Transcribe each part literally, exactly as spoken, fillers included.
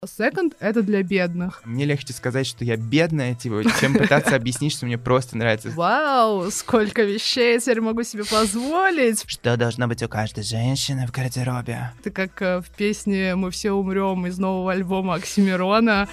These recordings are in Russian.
Секонд — это для бедных. Мне легче сказать, что я бедная, типа, чем пытаться объяснить, что мне просто нравится. Вау, сколько вещей я теперь могу себе позволить. Что должно быть у каждой женщины в гардеробе? Это как э, в песне «Мы все умрем» из нового альбома Оксимирона.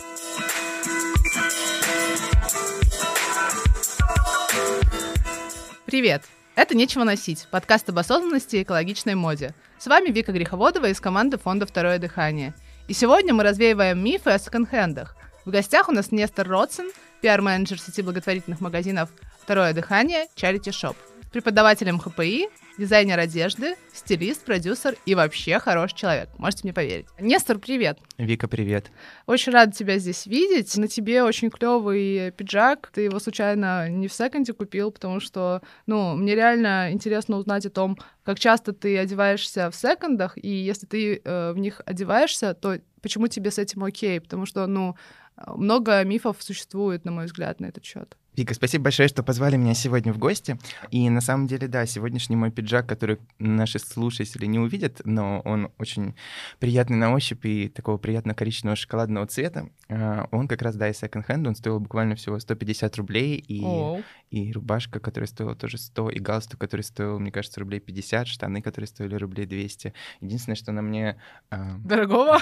Привет! Это «Нечего носить» — подкаст об осознанности и экологичной моде. С вами Вика Греховодова из команды фонда «Второе дыхание». И сегодня мы развеиваем мифы о секонд-хендах. В гостях у нас Нестор Родсен, пиар-менеджер сети благотворительных магазинов «Второе дыхание» Charity Shop, преподаватель эм ха пэ и, дизайнер одежды, стилист, продюсер и вообще хороший человек. Можете мне поверить. Нестор, привет! Вика, привет. Очень рада тебя здесь видеть. На тебе очень клевый пиджак. Ты его случайно не в секонде купил, потому что, ну, мне реально интересно узнать о том, как часто ты одеваешься в секондах, и если ты э, в них одеваешься, то почему тебе с этим окей? Потому что, ну, много мифов существует, на мой взгляд, на этот счет. Вика, спасибо большое, что позвали меня сегодня в гости. И на самом деле, да, сегодняшний мой пиджак, который наши слушатели не увидят, но он очень приятный на ощупь и такого приятного коричневого шоколадного цвета. Он как раз, да, из секонд-хенда, он стоил буквально всего сто пятьдесят рублей, и, Oh. и рубашка, которая стоила тоже сто, и галстук, который стоил, мне кажется, рублей пятьдесят, штаны, которые стоили рублей двести. Единственное, что на мне... Дорогого?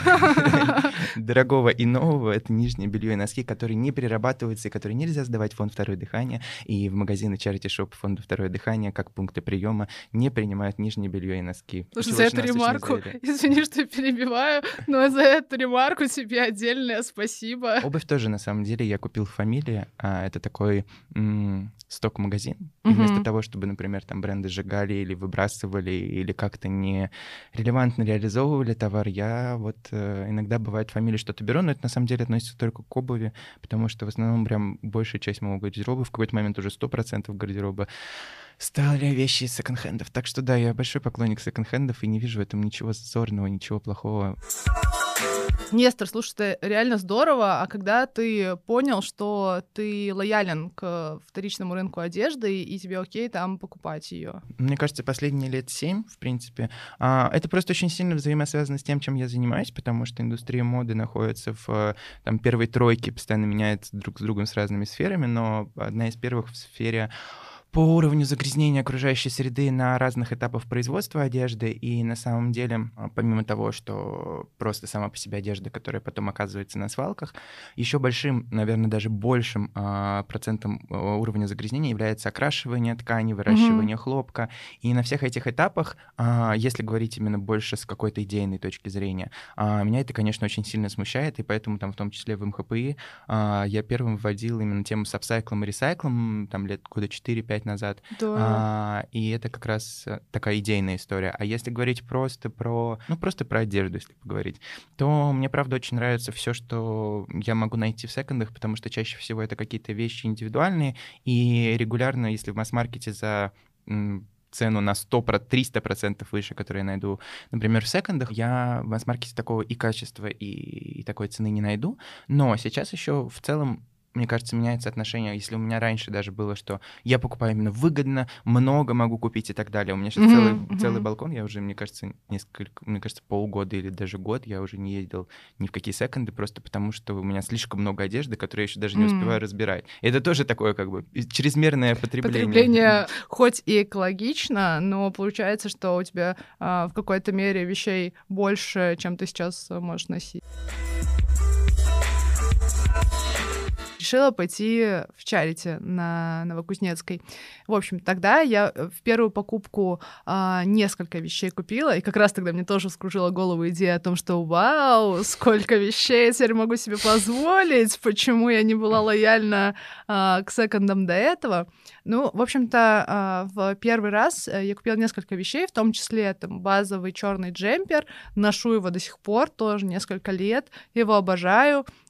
Дорогого и нового — это нижнее белье и носки, которые не перерабатываются и которые нельзя сдавать в фонд «Второе дыхание». И в магазины Charity Shop фонда «Второе дыхание» как пункты приема не принимают нижнее белье и носки. Слушай, за эту ремарку, извини, что я перебиваю, но за эту ремарку тебе отдельное спасибо. Обувь тоже, на самом деле, я купил в «Фамилии». А, это такой м- сток-магазин. И Мгм. вместо того, чтобы, например, там бренды сжигали или выбрасывали, или как-то не релевантно реализовывали товар, я вот э, иногда бывает в «Фамилии» что-то беру, но это на самом деле относится только к обуви, потому что в основном прям большая часть моего гардероба, в какой-то момент уже сто процентов гардероба стали вещи из секонд-хендов. Так что да, я большой поклонник секонд-хендов и не вижу в этом ничего зазорного, ничего плохого. Нестор, слушай, это реально здорово. А когда ты понял, что ты лоялен к вторичному рынку одежды и тебе окей там покупать ее? Мне кажется, последние лет семь, в принципе. А, это просто очень сильно взаимосвязано с тем, чем я занимаюсь, потому что индустрия моды находится в там, первой тройке, постоянно меняется друг с другом с разными сферами, но одна из первых в сфере по уровню загрязнения окружающей среды на разных этапах производства одежды. И на самом деле, помимо того, что просто сама по себе одежда, которая потом оказывается на свалках, еще большим, наверное, даже большим а, процентом уровня загрязнения является окрашивание ткани, выращивание mm-hmm. хлопка. И на всех этих этапах, а, если говорить именно больше с какой-то идейной точки зрения, а, меня это, конечно, очень сильно смущает, и поэтому там в том числе в эм ха пэ и а, я первым вводил именно тему с апсайклом и ресайклом, там лет года четыре-пять назад. А, и это как раз такая идейная история. А если говорить просто про, ну, просто про одежду, если поговорить, то мне, правда, очень нравится все, что я могу найти в секондах, потому что чаще всего это какие-то вещи индивидуальные, и регулярно, если в масс-маркете за м, цену на сто триста процентов выше, которую я найду, например, в секондах, я в масс-маркете такого и качества, и, и такой цены не найду. Но сейчас еще в целом, мне кажется, меняется отношение. Если у меня раньше даже было, что я покупаю именно выгодно, много могу купить и так далее. У меня сейчас mm-hmm, целый, mm-hmm. целый балкон, я уже, мне кажется, несколько, мне кажется, полгода или даже год я уже не ездил ни в какие секонды, просто потому что у меня слишком много одежды, которую я еще даже не mm-hmm. успеваю разбирать. И это тоже такое как бы чрезмерное потребление. Потребление хоть и экологично, но получается, что у тебя а, в какой-то мере вещей больше, чем ты сейчас можешь носить. Решила пойти в Charity на Новокузнецкой. В общем, тогда я в первую покупку а, несколько вещей купила, и как раз тогда мне тоже вскружила голову идея о том, что вау, сколько вещей я теперь могу себе позволить, почему я не была лояльна а, к секондам до этого. Ну, в общем-то, а, в первый раз я купила несколько вещей, в том числе там базовый черный джемпер, ношу его до сих пор, тоже несколько лет, его обожаю.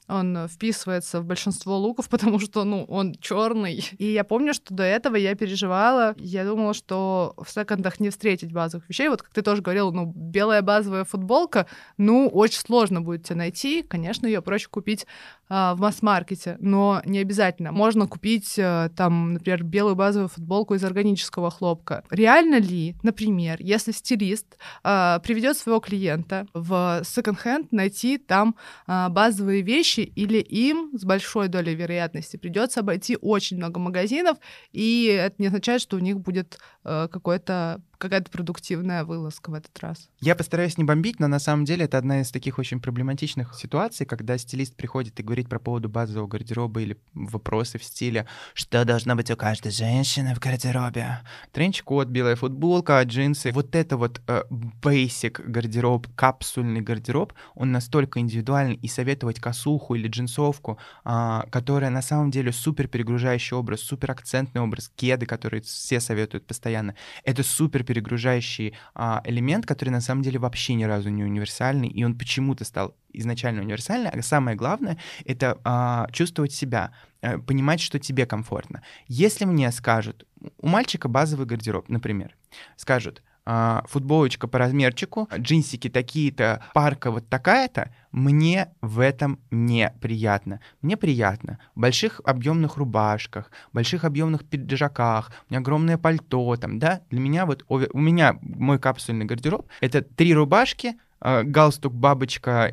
он вписывается в большинство луков, потому что, ну, он черный. И я помню, что до этого я переживала, я думала, что в секондах не встретить базовых вещей. Вот как ты тоже говорил, ну, белая базовая футболка, ну, очень сложно будет тебе найти. Конечно, ее проще купить а, в масс-маркете, но не обязательно. Можно купить, а, там, например, белую базовую футболку из органического хлопка. Реально ли, например, если стилист а, приведет своего клиента в секонд-хенд, найти там а, базовые вещи, или им с большой долей вероятности придется обойти очень много магазинов, и это не означает, что у них будет а, какой-то какая-то продуктивная вылазка в этот раз. Я постараюсь не бомбить, но на самом деле это одна из таких очень проблематичных ситуаций, когда стилист приходит и говорит про поводу базового гардероба или вопросы в стиле «Что должно быть у каждой женщины в гардеробе?» Тренч-кот, белая футболка, джинсы. Вот это вот э, basic гардероб, капсульный гардероб, он настолько индивидуальный, и советовать косуху или джинсовку, э, которая на самом деле супер перегружающий образ, супер акцентный образ, кеды, которые все советуют постоянно, это супер перегружающий а, элемент, который на самом деле вообще ни разу не универсальный, и он почему-то стал изначально универсальный, а самое главное — это а, чувствовать себя, а, понимать, что тебе комфортно. Если мне скажут, у мальчика базовый гардероб, например, скажут, а, футболочка по размерчику, джинсики такие-то, парка вот такая-то, мне в этом не приятно. Мне приятно в больших объемных рубашках, больших объемных пиджаках, у меня огромное пальто там, да. Для меня вот, у меня мой капсульный гардероб — это три рубашки, галстук, бабочка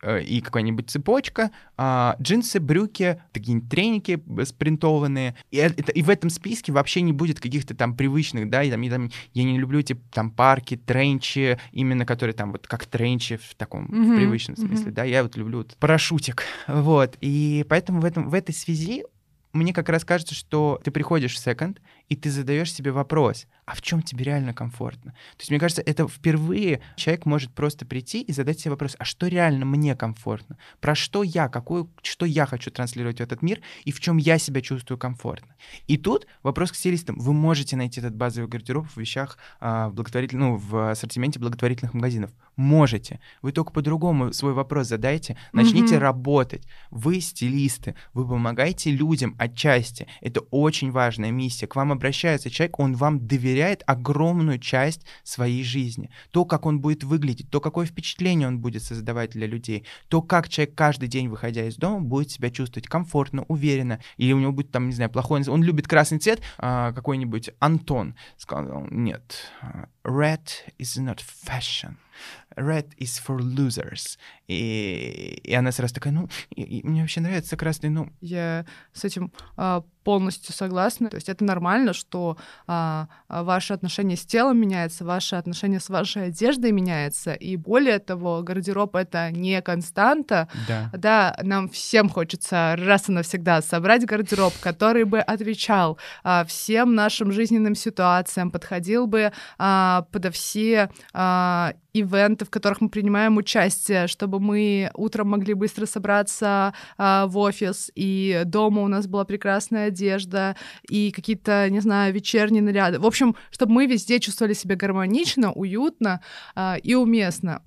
и какая-нибудь цепочка, а, джинсы, брюки, такие треники спринтованные. И, это, и в этом списке вообще не будет каких-то там привычных, да, и там, и там, я не люблю эти там парки, тренчи, именно которые там вот как тренчи в таком mm-hmm. в привычном смысле, mm-hmm. да, я вот люблю вот парашютик, вот. И поэтому в, этом, в этой связи мне как раз кажется, что ты приходишь в секонд, и ты задаешь себе вопрос, а в чем тебе реально комфортно? То есть, мне кажется, это впервые человек может просто прийти и задать себе вопрос, а что реально мне комфортно? Про что я, какую, что я хочу транслировать в этот мир, и в чем я себя чувствую комфортно? И тут вопрос к стилистам. Вы можете найти этот базовый гардероб в вещах, в, благотворитель... ну, в ассортименте благотворительных магазинов. Можете. Вы только по-другому свой вопрос задайте, начните mm-hmm. работать. Вы стилисты, вы помогаете людям отчасти. Это очень важная миссия. К вам обращается человек, он вам доверяет огромную часть своей жизни. То, как он будет выглядеть, то, какое впечатление он будет создавать для людей, то, как человек каждый день, выходя из дома, будет себя чувствовать комфортно, уверенно, или у него будет там, не знаю, плохой... Он любит красный цвет, а, какой-нибудь Антон сказал, нет, red is not fashion. Red is for losers. И, и она сразу такая, ну, и, и мне вообще нравится красный, ну... Я с этим а, полностью согласна. То есть это нормально, что а, ваше отношение с телом меняется, ваше отношение с вашей одеждой меняется, и более того, гардероб — это не константа. Да. Да, нам всем хочется раз и навсегда собрать гардероб, который бы отвечал а, всем нашим жизненным ситуациям, подходил бы а, подо все а, ивенты, в которых мы принимаем участие, чтобы мы утром могли быстро собраться а, в офис, и дома у нас была прекрасная одежда, и какие-то, не знаю, вечерние наряды. В общем, чтобы мы везде чувствовали себя гармонично, уютно а, и уместно.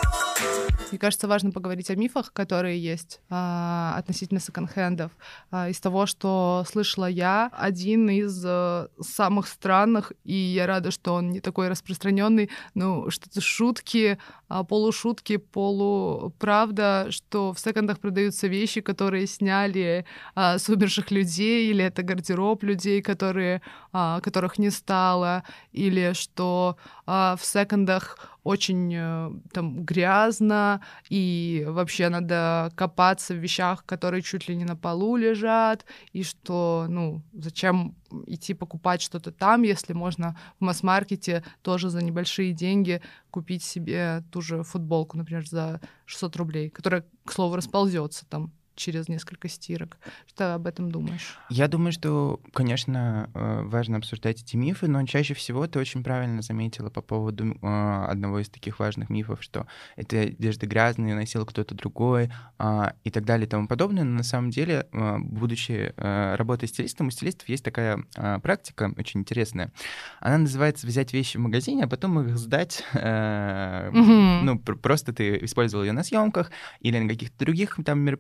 Мне кажется, важно поговорить о мифах, которые есть а, относительно секонд-хендов. А, из того, что слышала я, один из а, самых странных, и я рада, что он не такой распространенный, ну, что-то шутки, а, полушутки, полуправда, что в секондах продаются вещи, которые сняли а, с умерших людей, или это гардероб людей, которые, а, которых не стало, или что а, в секондах очень там грязно, и вообще надо копаться в вещах, которые чуть ли не на полу лежат, и что, ну, зачем идти покупать что-то там, если можно в масс-маркете тоже за небольшие деньги купить себе ту же футболку, например, за шестьсот рублей, которая, к слову, расползется там через несколько стирок. Что об этом думаешь? Я думаю, что, конечно, важно обсуждать эти мифы, но чаще всего ты очень правильно заметила по поводу одного из таких важных мифов, что эта одежда грязная, носил кто-то другой и так далее и тому подобное. Но на самом деле, будучи работой стилистом, у стилистов есть такая практика очень интересная. Она называется взять вещи в магазине, а потом их сдать. Mm-hmm. Ну, просто ты использовал ее на съемках или на каких-то других там мероприятиях,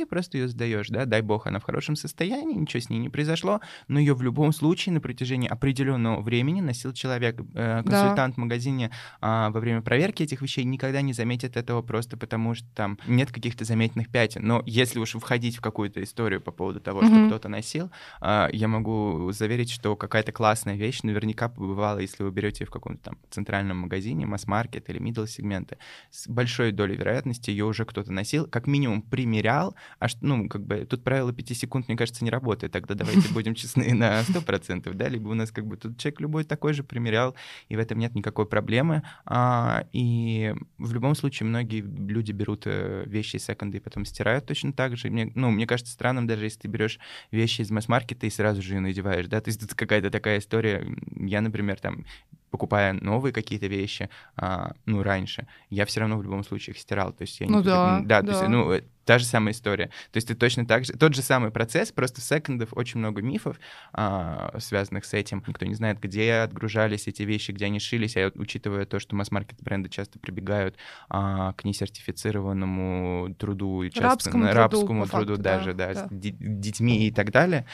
и просто ее сдаешь, да, дай бог, она в хорошем состоянии, ничего с ней не произошло, но ее в любом случае на протяжении определенного времени носил человек. Консультант да. в магазине а, во время проверки этих вещей никогда не заметит этого просто потому, что там нет каких-то заметных пятен. Но если уж входить в какую-то историю по поводу того, mm-hmm. что кто-то носил, а, я могу заверить, что какая-то классная вещь наверняка побывала, если вы берете в каком-то там центральном магазине, масс-маркет или middle-сегменты, с большой долей вероятности ее уже кто-то носил, как минимум примерял, а ну, как бы тут правило пяти секунд, мне кажется, не работает, тогда давайте будем честны на сто процентов, да, либо у нас как бы тут человек любой такой же примерял, и в этом нет никакой проблемы, а, и в любом случае многие люди берут вещи из секонда и потом стирают точно так же, мне, ну, мне кажется странным даже, если ты берешь вещи из масс-маркета и сразу же ее надеваешь, да, то есть это какая-то такая история, я, например, там, покупая новые какие-то вещи, а, ну, раньше, я все равно в любом случае их стирал. То есть я ну не... да, да, да. То есть, ну, та же самая история. То есть ты точно так же... Тот же самый процесс, просто в секондов очень много мифов, а, связанных с этим. Никто не знает, где отгружались эти вещи, где они шились, а учитывая то, что масс-маркет бренды часто прибегают а, к несертифицированному труду, часто рабскому, на рабскому труду, труду факту, даже, да, да, да. с детьми и так далее,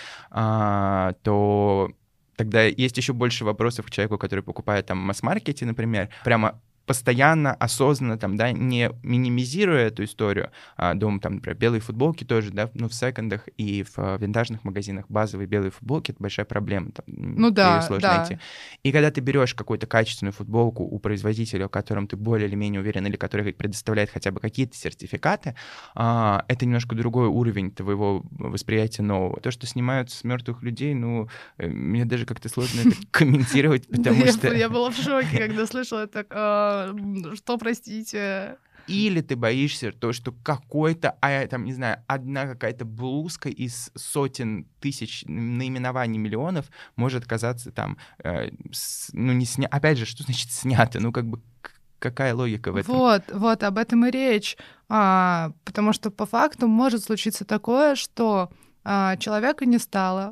а, то... Тогда есть еще больше вопросов к человеку, который покупает там в масс-маркете, например, прямо постоянно, осознанно, там, да, не минимизируя эту историю, а, дом, там, например, белые футболки тоже, да, ну, в секондах и в а, винтажных магазинах базовые белые футболки — это большая проблема, там, ну да, ее сложно да. найти. И когда ты берешь какую-то качественную футболку у производителя, о котором ты более или менее уверен, или который предоставляет хотя бы какие-то сертификаты, а, это немножко другой уровень твоего восприятия нового. То, что снимают с мертвых людей, ну, мне даже как-то сложно это комментировать, потому что... Я была в шоке, когда слышала это. Что, простите? Или ты боишься то, что какой-то, а, там, не знаю, одна какая-то блузка из сотен тысяч наименований миллионов может казаться там, э, с, ну, не сня... Опять же, что значит снято? Ну, как бы, какая логика в этом? Вот, вот, об этом и речь. А, потому что по факту может случиться такое, что а, человека не стало,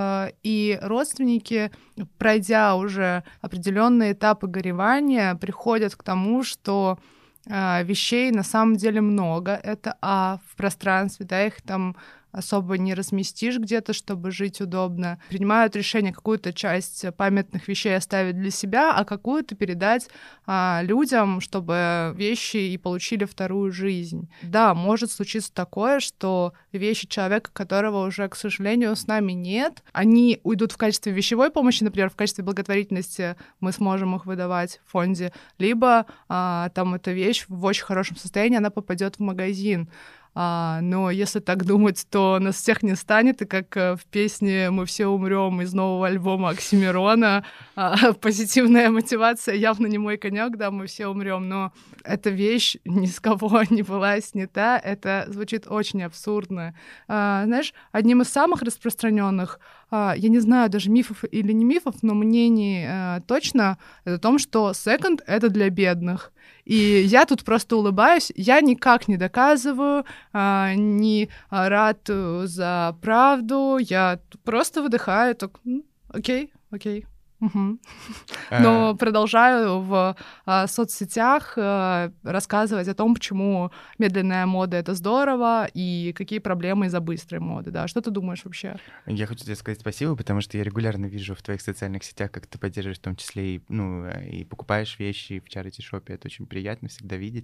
и родственники, пройдя уже определенные этапы горевания, приходят к тому, что вещей на самом деле много. Это а в пространстве, да, их там особо не разместишь где-то, чтобы жить удобно. Принимают решение какую-то часть памятных вещей оставить для себя, а какую-то передать а, людям, чтобы вещи и получили вторую жизнь. Да, может случиться такое, что вещи человека, которого уже, к сожалению, с нами нет, они уйдут в качестве вещевой помощи, например, в качестве благотворительности мы сможем их выдавать в фонде, либо а, там эта вещь в очень хорошем состоянии, она попадет в магазин. А, но если так думать, то нас всех не станет, и как в песне «Мы все умрем» из нового альбома Оксимирона, а, позитивная мотивация явно не мой конек, да, мы все умрем, но эта вещь ни с кого не была снята, это звучит очень абсурдно. А, знаешь, одним из самых распространенных, а, я не знаю даже мифов или не мифов, но мнений а, точно, это о том, что секонд — это для бедных. И я тут просто улыбаюсь, я никак не доказываю, а, не рад за правду, я просто выдыхаю, так, окей, окей. Угу. Но продолжаю в а, соцсетях а, рассказывать о том, почему медленная мода — это здорово, и какие проблемы из-за быстрой моды. Да. Что ты думаешь вообще? Я хочу тебе сказать спасибо, потому что я регулярно вижу в твоих социальных сетях, как ты поддерживаешь в том числе и, ну, и покупаешь вещи в чарити-шопе. Это очень приятно всегда видеть.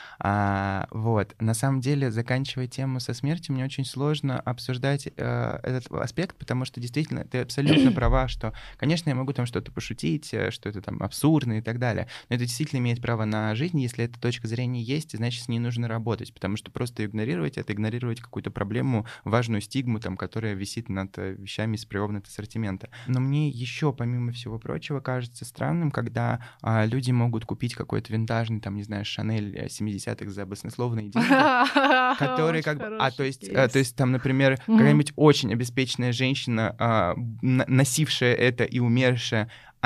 А, вот. На самом деле, заканчивая тему со смертью, мне очень сложно обсуждать э, этот аспект, потому что действительно ты абсолютно права, что, конечно, я могу там что-то пошутить, что это там абсурдно и так далее, но это действительно имеет право на жизнь. Если эта точка зрения есть, значит, с ней нужно работать, потому что просто игнорировать — это игнорировать какую-то проблему, важную стигму, там, которая висит над вещами из природного ассортимента. Но мне еще, помимо всего прочего, кажется странным, когда а, люди могут купить какой-то винтажный, там, не знаю, Шанель семидесятых за баснословные деньги, которые как бы... А, то есть, а, то есть там, например, какая-нибудь очень обеспеченная женщина, а, носившая это и умершая,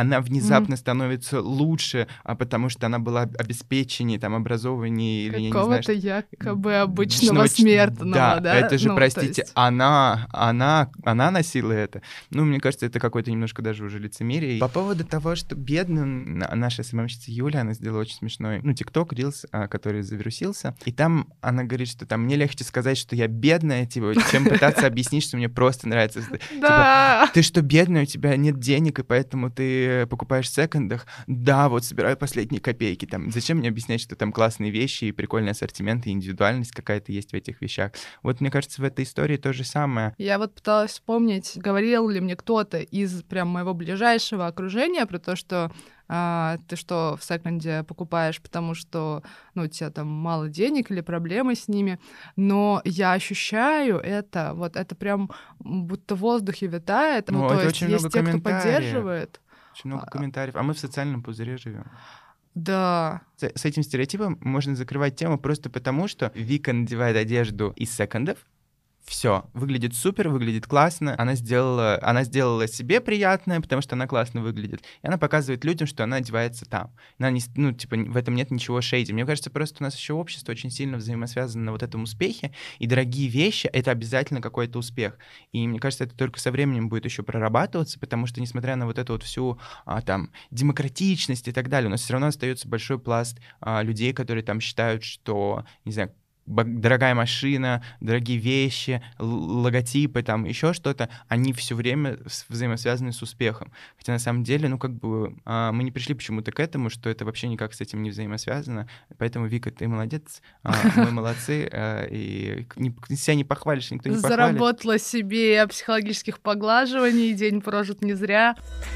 она внезапно mm. становится лучше, а потому что она была обеспеченнее, там, образованнее, или какого-то я не знаю... якобы обычного смертного, да, да? это же, ну, простите, есть... она, она, она носила это. Ну, мне кажется, это какое-то немножко даже уже лицемерие. По поводу того, что бедным, наша СММщица Юля, она сделала очень смешной, ну, тикток, рилс, который завирусился, и там она говорит, что там мне легче сказать, что я бедная, типа, чем пытаться объяснить, что мне просто нравится. Да. Типа, ты что, бедная, у тебя нет денег, и поэтому ты покупаешь в секондах? Да, вот собираю последние копейки. Там, зачем мне объяснять, что там классные вещи и прикольный ассортимент, и индивидуальность какая-то есть в этих вещах? Вот, мне кажется, в этой истории то же самое. Я вот пыталась вспомнить, говорил ли мне кто-то из прям моего ближайшего окружения про то, что а, ты что, в секонде покупаешь, потому что, ну, у тебя там мало денег или проблемы с ними, но я ощущаю это, вот это прям будто в воздухе витает, ну, ну то это есть очень есть много те, кто поддерживает. Очень много комментариев, а мы в социальном пузыре живем. Да. С, с этим стереотипом можно закрывать тему просто потому, что Вика надевает одежду из секондов, все, выглядит супер, выглядит классно. Она сделала, она сделала себе приятное, потому что она классно выглядит. И она показывает людям, что она одевается там. Она не, ну, типа, в этом нет ничего шейди. Мне кажется, просто у нас еще общество очень сильно взаимосвязано на вот этом успехе, и дорогие вещи — это обязательно какой-то успех. И мне кажется, это только со временем будет еще прорабатываться, потому что, несмотря на вот эту вот всю а, там демократичность и так далее, у нас все равно остается большой пласт а, людей, которые там считают, что, не знаю, дорогая машина, дорогие вещи, логотипы, там еще что-то, они все время взаимосвязаны с успехом. Хотя на самом деле, ну как бы мы не пришли почему-то к этому, что это вообще никак с этим не взаимосвязано. Поэтому, Вика, ты молодец, мы молодцы, и себя не похвалишь, никто не похвалит. Заработала себе психологических поглаживаний, день прожит не зря.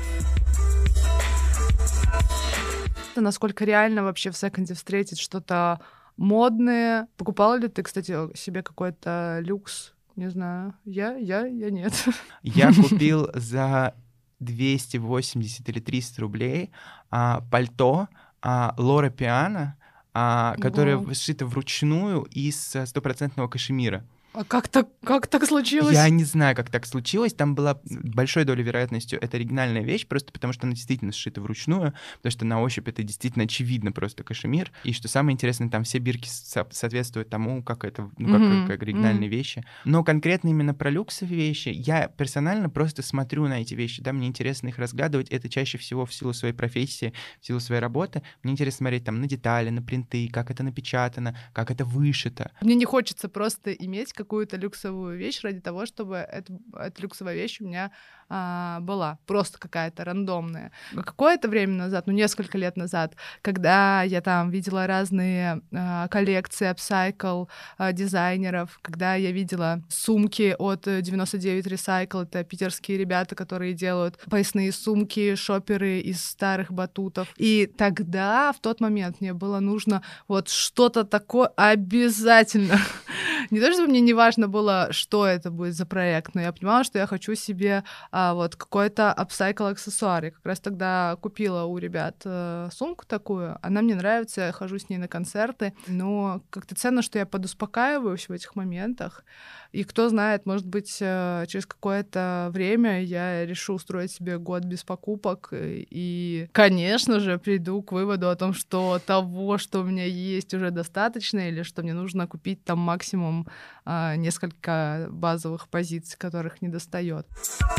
Насколько реально вообще в секонде встретить что-то модные. Покупала ли ты, кстати, себе какой-то люкс? Не знаю. Я, я, я нет. Я купил за двести восемьдесят или триста рублей а, пальто а, Лора Пиано, а, которое Wow. сшито вручную из стопроцентного кашемира. А как так, как так случилось? Я не знаю, как так случилось. Там была большой долей вероятностью это оригинальная вещь, просто потому что она действительно сшита вручную, потому что на ощупь это действительно очевидно просто кашемир. И что самое интересное, там все бирки со- соответствуют тому, как это, ну, как, mm-hmm. как, как оригинальные mm-hmm. вещи. Но конкретно именно про люксовые вещи я персонально просто смотрю на эти вещи, да, мне интересно их разглядывать. Это чаще всего в силу своей профессии, в силу своей работы. Мне интересно смотреть там на детали, на принты, как это напечатано, как это вышито. Мне не хочется просто иметь какую-то люксовую вещь ради того, чтобы это, эта люксовая вещь у меня а, была. Просто какая-то рандомная. Какое-то время назад, ну, несколько лет назад, когда я там видела разные а, коллекции апсайкл а, дизайнеров, когда я видела сумки от девяносто девять Recycle, это питерские ребята, которые делают поясные сумки, шоперы из старых батутов. И тогда, в тот момент, мне было нужно вот что-то такое обязательно. Не то, чтобы мне не важно было, что это будет за проект, но я понимала, что я хочу себе а, вот какой-то апсайкл аксессуар. Я как раз тогда купила у ребят а, сумку такую, она мне нравится, я хожу с ней на концерты, но как-то ценно, что я подуспокаиваюсь в этих моментах, и кто знает, может быть, через какое-то время я решу устроить себе год без покупок, и, конечно же, приду к выводу о том, что того, что у меня есть, уже достаточно, или что мне нужно купить там максимум а, несколько базовых позиций, которых не достает.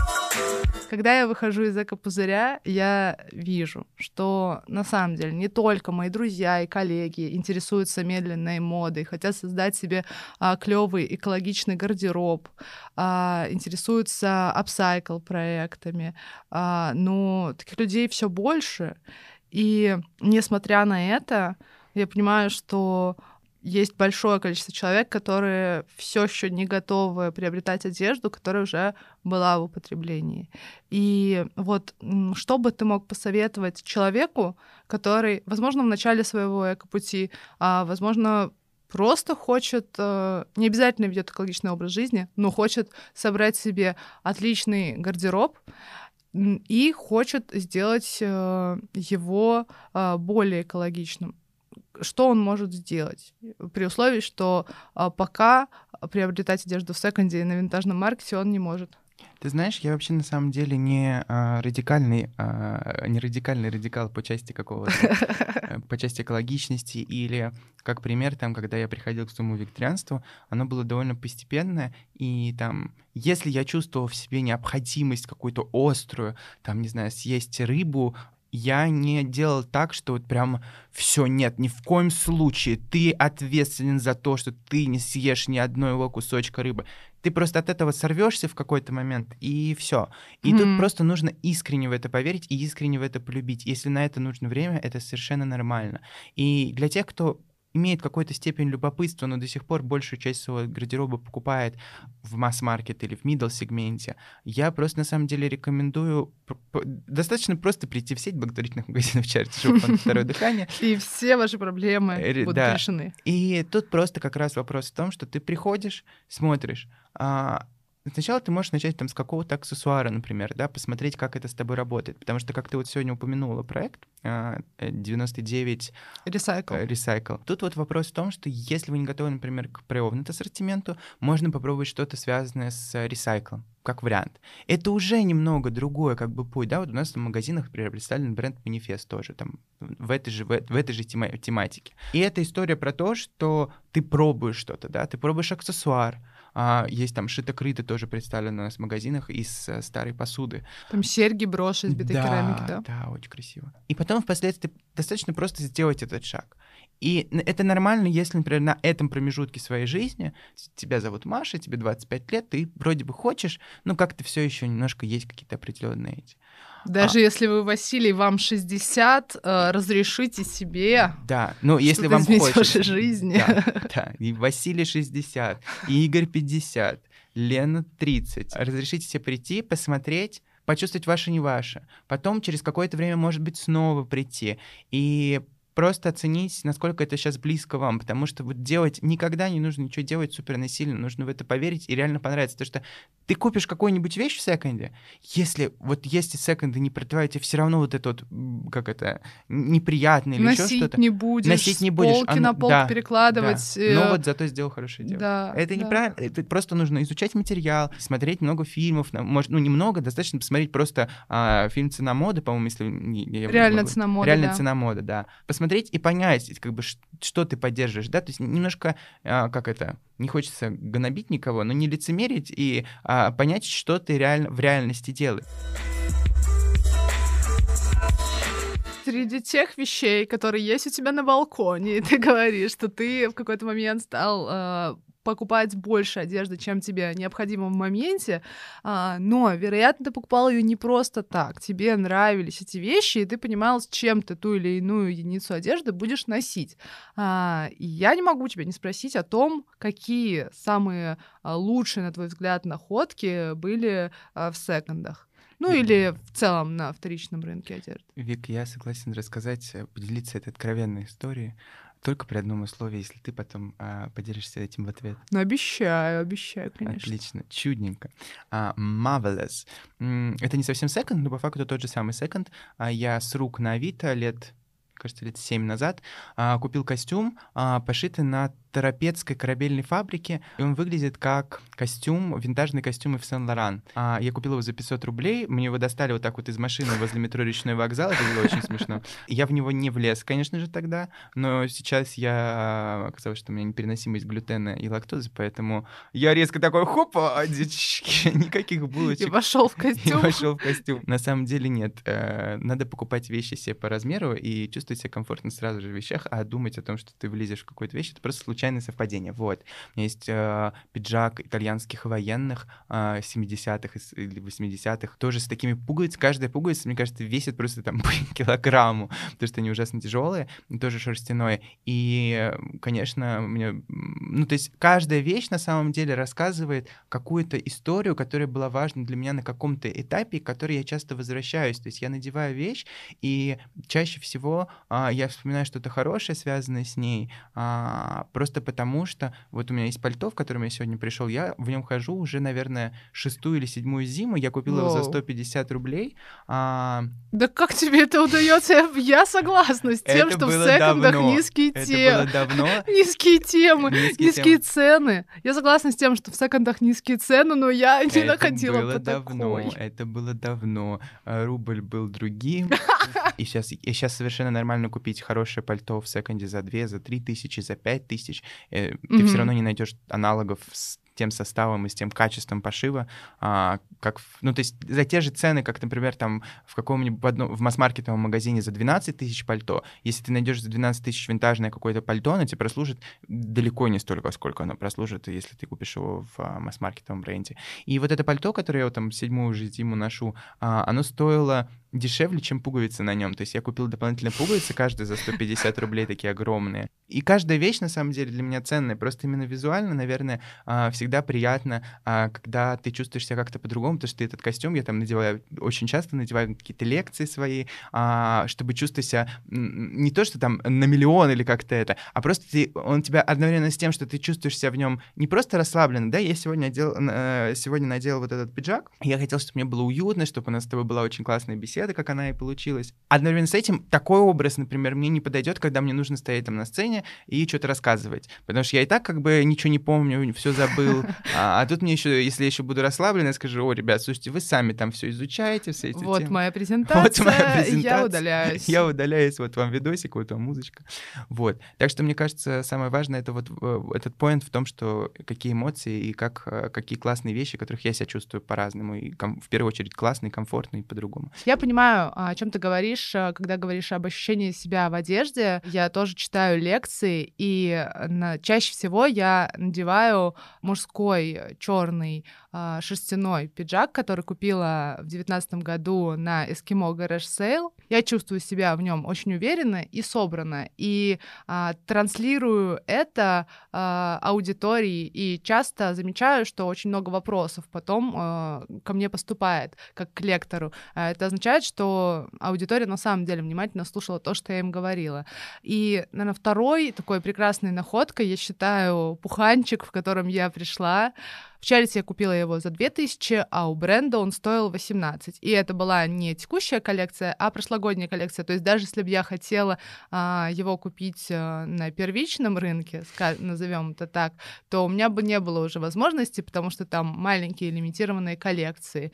Когда я выхожу из эко-пузыря, я вижу, что на самом деле не только мои друзья и коллеги интересуются медленной модой, хотят создать себе а, клёвый экологичный гардероб, а, интересуются апсайкл проектами, а, но таких людей все больше. И несмотря на это, я понимаю, что есть большое количество человек, которые все еще не готовы приобретать одежду, которая уже была в употреблении. И вот что бы ты мог посоветовать человеку, который, возможно, в начале своего экопути, а, возможно, просто хочет, не обязательно ведет экологичный образ жизни, но хочет собрать себе отличный гардероб и хочет сделать его более экологичным. Что он может сделать? При условии, что а, пока приобретать одежду в секонде и на винтажном маркете он не может. Ты знаешь, я вообще на самом деле не а, радикальный, а, не радикальный радикал по части какого-то, э, по части экологичности или, как пример, там, когда я приходил к своему вегетарианству, оно было довольно постепенное, и там, если я чувствовал в себе необходимость какую-то острую, там, не знаю, съесть рыбу, я не делал так, что вот прям все, нет, ни в коем случае ты ответственен за то, что ты не съешь ни одного кусочка рыбы. Ты просто от этого сорвешься в какой-то момент, и все. И Мгм. тут просто нужно искренне в это поверить и искренне в это полюбить. Если на это нужно время, это совершенно нормально. И для тех, кто имеет какую-то степень любопытства, но до сих пор большую часть своего гардероба покупает в масс-маркет или в middle-сегменте, я просто на самом деле рекомендую п- п- достаточно просто прийти в сеть благотворительных магазинов Charity Shop Фонд «Второе дыхание». И все ваши проблемы Э, будут да. решены. И тут просто как раз вопрос в том, что ты приходишь, смотришь. а, Сначала ты можешь начать там с какого-то аксессуара, например, да, посмотреть, как это с тобой работает. Потому что, как ты вот сегодня упомянула проект а, э, девяносто девять Ресайкл. э, Recycle. Тут вот вопрос в том, что если вы не готовы, например, к pre-owned ассортименту, можно попробовать что-то связанное с э, ресайклом, как вариант. Это уже немного другое как бы путь, да, вот у нас в магазинах, например, представлен бренд Manifest тоже, там, в этой же, в, э- в этой же тема- тематике. И это история про то, что ты пробуешь что-то, да, ты пробуешь аксессуар, а, есть там шито-крыто тоже представлено у нас в магазинах из э, старой посуды. Там серьги, броши из битой керамики, да? Да, очень красиво. И потом впоследствии достаточно просто сделать этот шаг. И н- это нормально, если, например, на этом промежутке своей жизни т- тебя зовут Маша, тебе двадцать пять лет, ты вроде бы хочешь, но как-то все еще немножко есть какие-то определенные эти. Даже если вы, Василий, вам шестьдесят, э, разрешите себе Да, ну если что-то вам изменить в хочется. вашей жизни. Да, да. И Василий шестьдесят, и Игорь пятьдесят, Лена тридцать. Разрешите себе прийти, посмотреть, почувствовать ваше не ваше. Потом через какое-то время, может быть, снова прийти и просто оценить, насколько это сейчас близко вам, потому что вот делать никогда не нужно ничего делать супер насильно, нужно в это поверить и реально понравится, потому что ты купишь какую-нибудь вещь в секонде, если вот если секонды не продавают, тебе все равно вот это вот, м, как это, неприятно или еще Носить что-то. не будешь, Носить не с будешь. полки оно- на полку да, перекладывать. да. э, Но вот зато сделал хорошее дело. да, Это да. неправильно. Это просто нужно изучать материал, смотреть много фильмов. на- Может, ну, немного, достаточно посмотреть просто а, фильм «Цена моды», по-моему, если... не- я Реальная могу- цена моды, Реальная да. цена моды, да. Посмотреть и понять, как бы, ш- что ты поддерживаешь, да, то есть немножко, а, как это, не хочется гнобить никого, но не лицемерить и а, понять, что ты реально, в реальности делаешь. Среди тех вещей, которые есть у тебя на балконе, и ты говоришь, что ты в какой-то момент стал э, покупать больше одежды, чем тебе необходимо в моменте, а, но, вероятно, ты покупал ее не просто так. Тебе нравились эти вещи, и ты понимал, с чем ты ту или иную единицу одежды будешь носить. А, и я не могу тебя не спросить о том, какие самые а, лучшие, на твой взгляд, находки были а, в секондах. Ну или в целом на вторичном рынке одежды. Вик, я согласен рассказать, э, поделиться этой откровенной историей только при одном условии, если ты потом а, поделишься этим в ответ. Ну, обещаю, обещаю, конечно. Отлично, чудненько. А, Marvelous. М, Это не совсем секонд, но по факту тот же самый секонд. А Я с рук на Авито лет, кажется, лет семь назад а, купил костюм, а, пошитый на Торопецкой корабельной фабрике, и он выглядит как костюм, винтажный костюм Ив Сен-Лоран. А, Я купил его за пятьсот рублей, мне его достали вот так вот из машины возле метро Речной вокзал, это было очень смешно. Я в него не влез, конечно же, тогда, но сейчас я оказалось, что у меня непереносимость глютена и лактозы, поэтому я резко такой, хопа, девочки, никаких И булочек. вошел в И костюм. вошел в костюм. На самом деле нет. Э, Надо покупать вещи себе по размеру и чувствовать себя комфортно сразу же в вещах, а думать о том, что ты влезешь в какую-то вещь, это просто случайное совпадение. Вот. У меня есть э, пиджак итальянских военных э, семидесятых из- или восьмидесятых, тоже с такими пуговицами. Каждая пуговица, мне кажется, весит просто там по килограмму, потому что они ужасно тяжелые, тоже шерстяное. И, э, конечно, мне... м, Ну, то есть каждая вещь на самом деле рассказывает какую-то историю, которая была важна для меня на каком-то этапе, к которой я часто возвращаюсь. То есть я надеваю вещь, и чаще всего а, я вспоминаю что-то хорошее, связанное с ней, а, просто потому что вот у меня есть пальто, в котором я сегодня пришел, я в нем хожу уже, наверное, шестую или седьмую зиму, я купил его за сто пятьдесят рублей. А... Да как тебе это удается? Я, я согласна с тем, это что в секондах давно. низкие это темы. было давно. Низкие темы, низкие, низкие темы. цены. Я согласна с тем, что в секондах низкие цены, но я не это находила было по давно. такой. Это было давно. Рубль был другим. И сейчас, и сейчас совершенно нормально купить хорошее пальто в секонде за две, за три тысячи, за пять тысяч. Ты mm-hmm. все равно не найдешь аналогов с тем составом и с тем качеством пошива, а, как, в, ну, то есть за те же цены, как, например, там в каком-нибудь в, одном, в масс-маркетовом магазине за двенадцать тысяч пальто, если ты найдешь за двенадцать тысяч винтажное какое-то пальто, оно тебе прослужит далеко не столько, сколько оно прослужит, если ты купишь его в а, масс-маркетовом бренде. И вот это пальто, которое я вот, там седьмую уже зиму ношу, а, оно стоило дешевле, чем пуговицы на нем. То есть я купил дополнительные пуговицы, каждая за сто пятьдесят рублей, такие огромные. И каждая вещь, на самом деле, для меня ценная. Просто именно визуально, наверное, всегда приятно, когда ты чувствуешь себя как-то по-другому, потому что этот костюм я там надеваю, очень часто надеваю какие-то лекции свои, чтобы чувствовать себя не то, что там на миллион или как-то это, а просто ты, он тебя одновременно с тем, что ты чувствуешь себя в нем не просто расслабленно, да, я сегодня, одел, сегодня надел вот этот пиджак, я хотел, чтобы мне было уютно, чтобы у нас с тобой была очень классная беседа, как она и получилась. Одновременно с этим такой образ, например, мне не подойдет, когда мне нужно стоять там на сцене и что-то рассказывать, потому что я и так как бы ничего не помню, все забыл, а, а тут мне еще, если я еще буду расслаблен, я скажу: о, ребят, слушайте, вы сами там все изучаете, все эти вот темы. Моя презентация, вот моя презентация, я удаляюсь. Я удаляюсь, вот вам видосик, вот вам музычка. Вот. Так что, мне кажется, самое важное — это вот этот поинт в том, что какие эмоции и как, какие классные вещи, которых я себя чувствую по-разному, и ком- в первую очередь классные, комфортные и по-другому. Я понимаю, о чем ты говоришь, когда говоришь об ощущении себя в одежде. Я тоже читаю лекции, и на... чаще всего я надеваю мужской черный э, шерстяной пиджак, который купила в девятнадцатом году на Eskimo Garage Sale. Я чувствую себя в нем очень уверенно и собранно, и э, транслирую это э, аудитории, и часто замечаю, что очень много вопросов потом э, ко мне поступает, как к лектору. Это означает, что аудитория на самом деле внимательно слушала то, что я им говорила. И, наверное, второй такой прекрасной находкой, я считаю, пуханчик, в котором я пришла. В Чарити я купила его за две тысячи, а у бренда он стоил восемнадцать. И это была не текущая коллекция, а прошлогодняя коллекция. То есть даже если бы я хотела а, его купить а, на первичном рынке, назовем это так, то у меня бы не было уже возможности, потому что там маленькие лимитированные коллекции.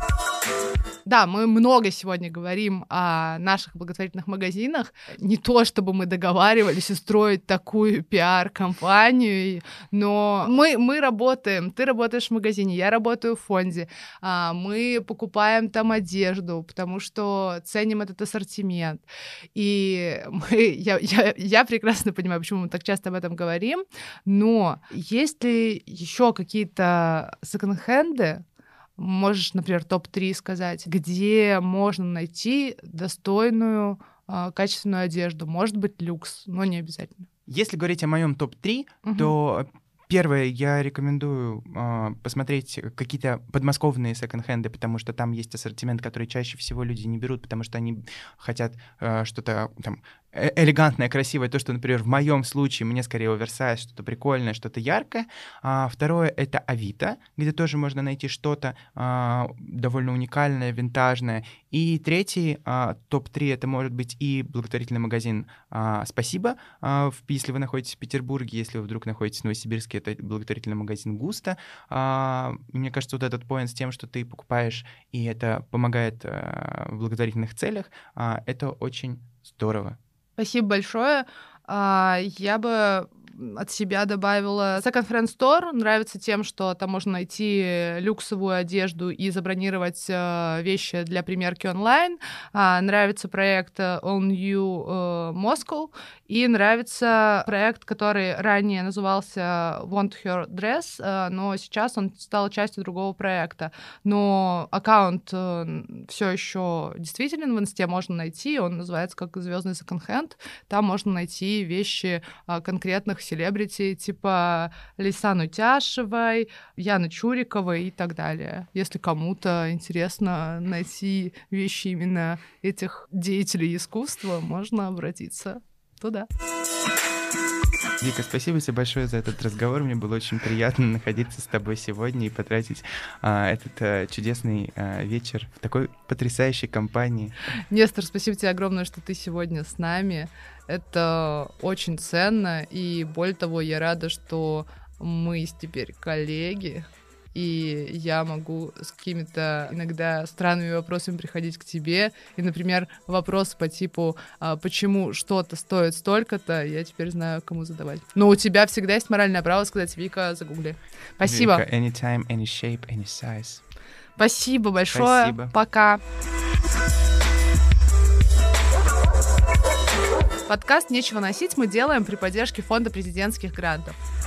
Да, мы много сегодня говорим о наших благотворительных магазинах. Не то, чтобы мы договаривались устроить такую пиар-компанию, но мы, мы работаем. Ты работаешь в магазине, я работаю в фонде. Мы покупаем там одежду, потому что ценим этот ассортимент. И мы, я, я, я прекрасно понимаю, почему мы так часто об этом говорим, но есть ли еще какие-то секонд-хенды, можешь, например, топ три сказать, где можно найти достойную, э, качественную одежду? Может быть, люкс, но не обязательно. Если говорить о моем топ три, угу. то первое, я рекомендую э, посмотреть какие-то подмосковные секонд-хенды, потому что там есть ассортимент, который чаще всего люди не берут, потому что они хотят э, что-то там элегантное, красивое, то, что, например, в моем случае мне скорее оверсайз, что-то прикольное, что-то яркое. А второе — это Авито, где тоже можно найти что-то а, довольно уникальное, винтажное. И третий, а, топ три, это может быть и благотворительный магазин а, «Спасибо», а, в, если вы находитесь в Петербурге, если вы вдруг находитесь в Новосибирске, это благотворительный магазин «Густо». А, мне кажется, вот этот поинт с тем, что ты покупаешь, и это помогает а, в благотворительных целях, а, это очень здорово. Спасибо большое. Я бы от себя добавила Second Friend Store. Нравится тем, что там можно найти люксовую одежду и забронировать вещи для примерки онлайн. Нравится проект All New Moscow. И нравится проект, который ранее назывался Want Her Dress, но сейчас он стал частью другого проекта. Но аккаунт все еще действителен в инсте, можно найти. Он называется как «Звездный секонд-хенд». Там можно найти вещи конкретных селебрити, типа Лейсан Утяшевой, Яны Чуриковой и так далее. Если кому-то интересно найти вещи именно этих деятелей искусства, можно обратиться туда. Вика, спасибо тебе большое за этот разговор. Мне было очень приятно находиться с тобой сегодня и потратить а, этот а, чудесный а, вечер в такой потрясающей компании. Нестор, спасибо тебе огромное, что ты сегодня с нами. Это очень ценно, и более того, я рада, что мы теперь коллеги, и я могу с какими-то иногда странными вопросами приходить к тебе. И, например, вопросы по типу «почему что-то стоит столько-то?» я теперь знаю, кому задавать. Но у тебя всегда есть моральное право сказать: «Вика, загугли». Спасибо. Вика, anytime, any shape, any size. Спасибо большое. Спасибо. Пока. Подкаст «Нечего носить» мы делаем при поддержке Фонда президентских грантов.